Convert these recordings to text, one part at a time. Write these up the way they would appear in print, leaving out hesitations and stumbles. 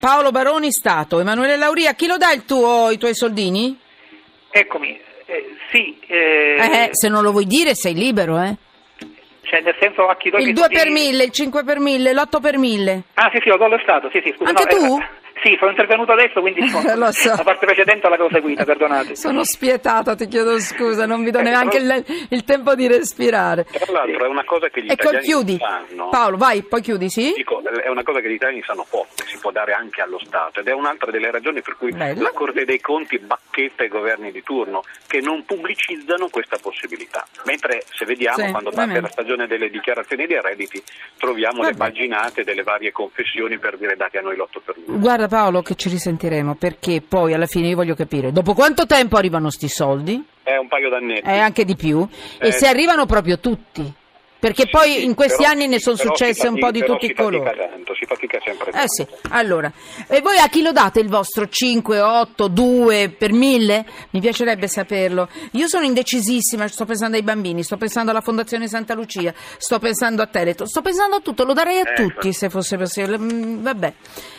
Paolo Baroni, Stato. Emanuele Lauria, chi lo dà i tuoi soldini? Eccomi, sì. Se non lo vuoi dire sei libero, Cioè, nel senso, a chi do il 2 per 1000, il 5 per 1000, l'8 per 1000. Ah, sì, lo do allo Stato, sì, scusa. Anche tu? Sì, sono intervenuto adesso, quindi Lo so. la parte precedente l'avevo seguita, perdonate. Sono spietata, ti chiedo scusa, non vi do neanche il tempo di respirare. Tra l'altro è una cosa che gli italiani chiudi. sanno. Paolo, vai, poi chiudi, sì? Dico, è una cosa che gli italiani sanno poco, che si può dare anche allo Stato, ed è un'altra delle ragioni per cui Bello. la Corte dei Conti bacchetta i governi di turno, che non pubblicizzano questa possibilità. Mentre se vediamo, Sì, quando parte la stagione delle dichiarazioni dei redditi, troviamo le paginate delle varie confessioni per dire date a noi l'8 per 1000. Guarda Paolo che ci risentiremo, perché poi alla fine io voglio capire, dopo quanto tempo arrivano sti soldi? È un paio d'annetti. Anche di più? E se arrivano proprio tutti? Perché poi in questi anni ne sono successe un po' di tutti i colori. Si fatica sempre tanto. Sì, allora. E voi a chi lo date il vostro 5, 8, 2 per 1000? Mi piacerebbe saperlo. Io sono indecisissima, sto pensando ai bambini, sto pensando alla Fondazione Santa Lucia, sto pensando a Teleton, sto pensando a tutto, lo darei a tutti se fosse possibile. Vabbè.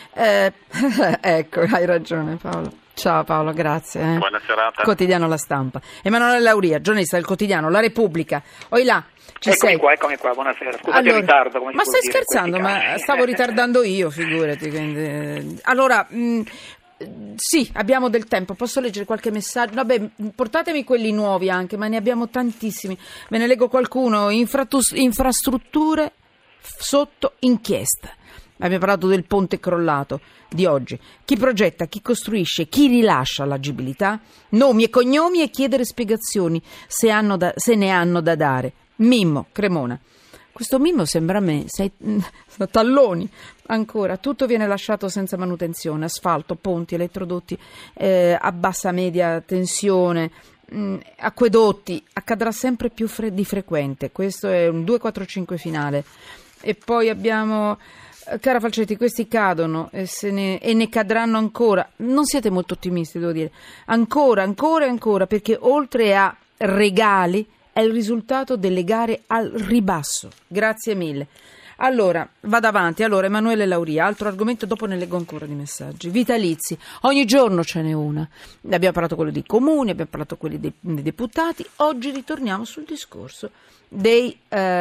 Ecco, hai ragione Paolo. Ciao Paolo, grazie. Buona serata. Quotidiano La Stampa. Emanuele Lauria, giornalista del quotidiano La Repubblica. Oi là, Eccomi qua, buonasera. Scusate il ritardo. Come ma si può stai dire, scherzando? Ma stavo ritardando io, figurati. Quindi. Allora, sì, abbiamo del tempo. Posso leggere qualche messaggio? Vabbè, portatemi quelli nuovi anche, ma ne abbiamo tantissimi. Ve ne leggo qualcuno. Infrastrutture sotto inchiesta. Abbiamo parlato del ponte crollato di oggi. Chi progetta, chi costruisce, chi rilascia l'agibilità? Nomi e cognomi e chiedere spiegazioni se ne hanno da dare. Mimmo, Cremona. Questo Mimmo sembra a me, talloni. Ancora, tutto viene lasciato senza manutenzione, asfalto, ponti, elettrodotti a bassa media tensione, acquedotti, accadrà sempre più di frequente. Questo è un 245 finale. E poi abbiamo... Cara Falcetti, questi cadono e ne cadranno ancora. Non siete molto ottimisti, devo dire. Ancora, perché oltre a regali è il risultato delle gare al ribasso. Grazie mille. Allora, vado avanti. Allora, Emanuele Lauria, altro argomento, dopo ne leggo ancora di messaggi. Vitalizi, ogni giorno ce n'è una. Abbiamo parlato quello dei comuni, abbiamo parlato quelli dei deputati. Oggi ritorniamo sul discorso delle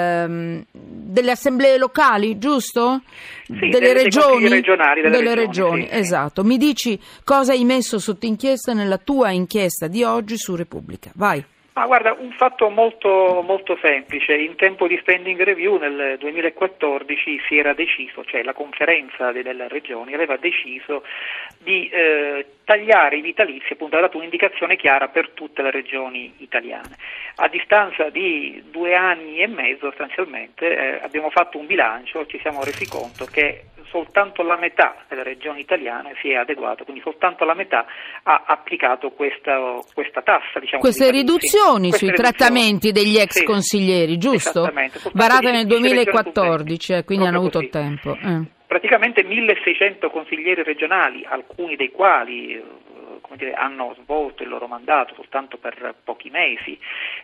assemblee locali, giusto? Sì, delle regioni, regionali, delle regioni, sì. Esatto. Mi dici cosa hai messo sotto inchiesta nella tua inchiesta di oggi su Repubblica? Vai. Ma guarda, un fatto molto, molto semplice. In tempo di standing review nel 2014 si era deciso, cioè la conferenza delle regioni aveva deciso di tagliare i vitalizi, appunto ha dato un'indicazione chiara per tutte le regioni italiane. A distanza di 2 anni e mezzo sostanzialmente abbiamo fatto un bilancio, ci siamo resi conto che soltanto la metà delle regioni italiane si è adeguata, quindi soltanto la metà ha applicato questa tassa, diciamo. Queste riduzioni sui trattamenti degli ex consiglieri, giusto? Esattamente. Varate nel 2014, quindi hanno avuto tempo. Praticamente 1600 consiglieri regionali, alcuni dei quali hanno svolto il loro mandato soltanto per pochi mesi,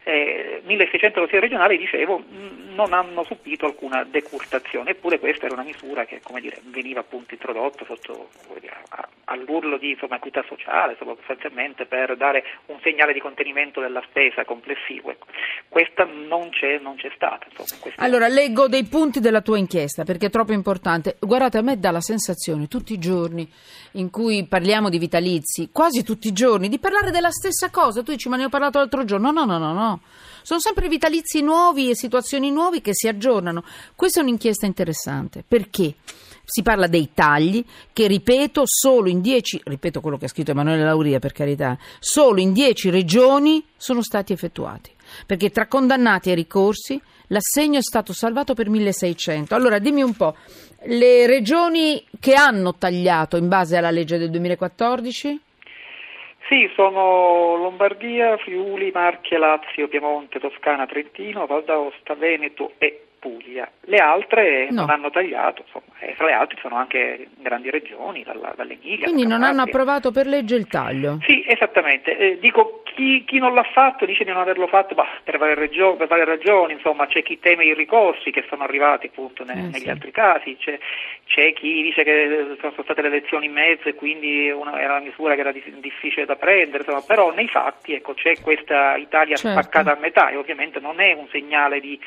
1600 consiglieri regionali, dicevo, non hanno subito alcuna decurtazione, eppure questa era una misura che, veniva appunto introdotta sotto all'urlo di equità sociale, sostanzialmente per dare un segnale di contenimento della spesa complessivo. Ecco. Questa non c'è stata. Allora, leggo dei punti della tua inchiesta perché è troppo importante. Guardate, a me dà la sensazione tutti i giorni in cui parliamo di vitalizi, quasi tutti i giorni, di parlare della stessa cosa. Tu dici, ma ne ho parlato l'altro giorno. No. Sono sempre vitalizi nuovi e situazioni nuove che si aggiornano. Questa è un'inchiesta interessante. Perché? Si parla dei tagli che, ripeto, solo in 10, ripeto quello che ha scritto Emanuele Lauria per carità, solo in 10 regioni sono stati effettuati. Perché tra condannati e ricorsi l'assegno è stato salvato per 1600. Allora dimmi un po', le regioni che hanno tagliato in base alla legge del 2014? Sì, sono Lombardia, Friuli, Marche, Lazio, Piemonte, Toscana, Trentino, Val d'Aosta, Veneto e Puglia. Le altre non hanno tagliato, tra le altre sono anche grandi regioni, dall'Emilia. Quindi non hanno approvato per legge il taglio? Sì, esattamente. Dico chi non l'ha fatto dice di non averlo fatto per varie ragioni, insomma c'è chi teme i ricorsi che sono arrivati appunto negli altri casi, c'è chi dice che sono state le elezioni in mezzo e quindi era una misura che era difficile da prendere, insomma, però nei fatti ecco, c'è questa Italia spaccata a metà e ovviamente non è un segnale di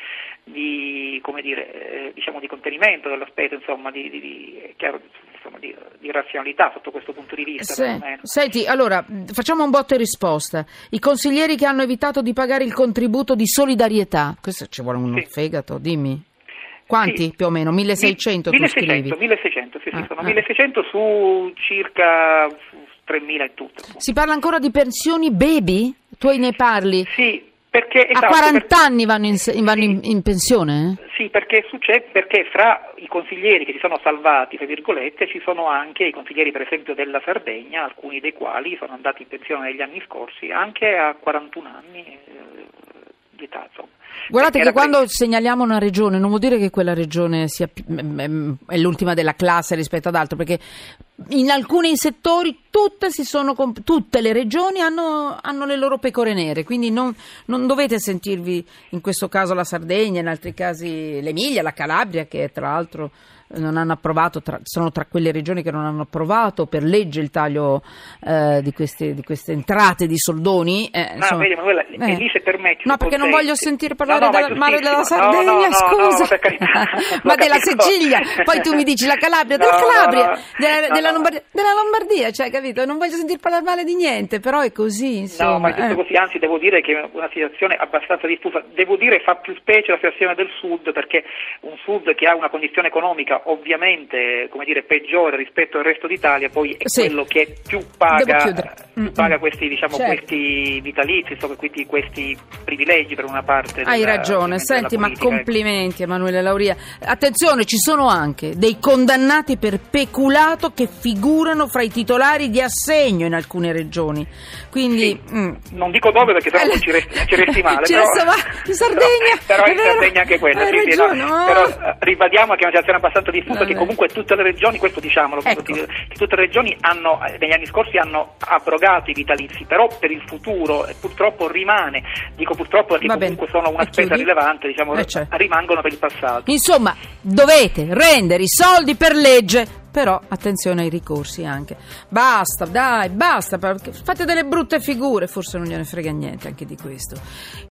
come dire, diciamo di contenimento della spesa, insomma di razionalità sotto questo punto di vista. Senti, allora facciamo un botto e risposta. I consiglieri che hanno evitato di pagare il contributo di solidarietà, questo ci vuole uno fegato, dimmi. Quanti più o meno? 1600 tu scrivi? 1600, sono 1600 su circa 3.000 in tutto. Si parla ancora di pensioni baby? Tu ne parli? Sì. Perché, a 40 anni vanno in pensione? Sì, perché succede, perché fra i consiglieri che si sono salvati, tra virgolette, ci sono anche i consiglieri per esempio della Sardegna, alcuni dei quali sono andati in pensione negli anni scorsi, anche a 41 anni di età, insomma. Guardate che quando segnaliamo una regione non vuol dire che quella regione è l'ultima della classe rispetto ad altre, perché in alcuni settori tutte le regioni hanno le loro pecore nere, quindi non dovete sentirvi in questo caso la Sardegna, in altri casi l'Emilia, la Calabria, che tra l'altro non hanno approvato, sono tra quelle regioni che non hanno approvato per legge il taglio di queste entrate di soldoni. Vedi, Manuela, lì se permetti. No, perché non voglio sentire parlare male della Sardegna, scusa. No, per carità. Ma della Sicilia, poi tu mi dici la Calabria, della Calabria, della Lombardia, cioè, capito? Non voglio sentir parlare male di niente, però è così, insomma. No, ma è tutto così, anzi devo dire che è una situazione abbastanza diffusa. Devo dire fa più specie la situazione del Sud, perché un Sud che ha una condizione economica ovviamente, come dire, peggiore rispetto al resto d'Italia, poi è quello che più paga questi, diciamo, questi vitalizi, insomma, questi privilegi per una parte. Hai ragione, senti, ma complimenti Emanuele Lauria. Attenzione, ci sono anche dei condannati per peculato che figurano fra i titolari di assegno in alcune regioni. Quindi non dico dove perché sennò ci resti male. In Sardegna. Però in Sardegna anche quella. Però ribadiamo che è una situazione abbastanza diffusa, che comunque tutte le regioni, questo diciamolo, che tutte le regioni hanno negli anni scorsi hanno abrogato i vitalizi, però per il futuro purtroppo rimane, dico purtroppo perché comunque sono una spesa rilevante, diciamo, rimangono per il passato. Insomma, dovete rendere i soldi per legge, però attenzione ai ricorsi anche. Basta, fate delle brutte figure, forse non gliene frega niente anche di questo.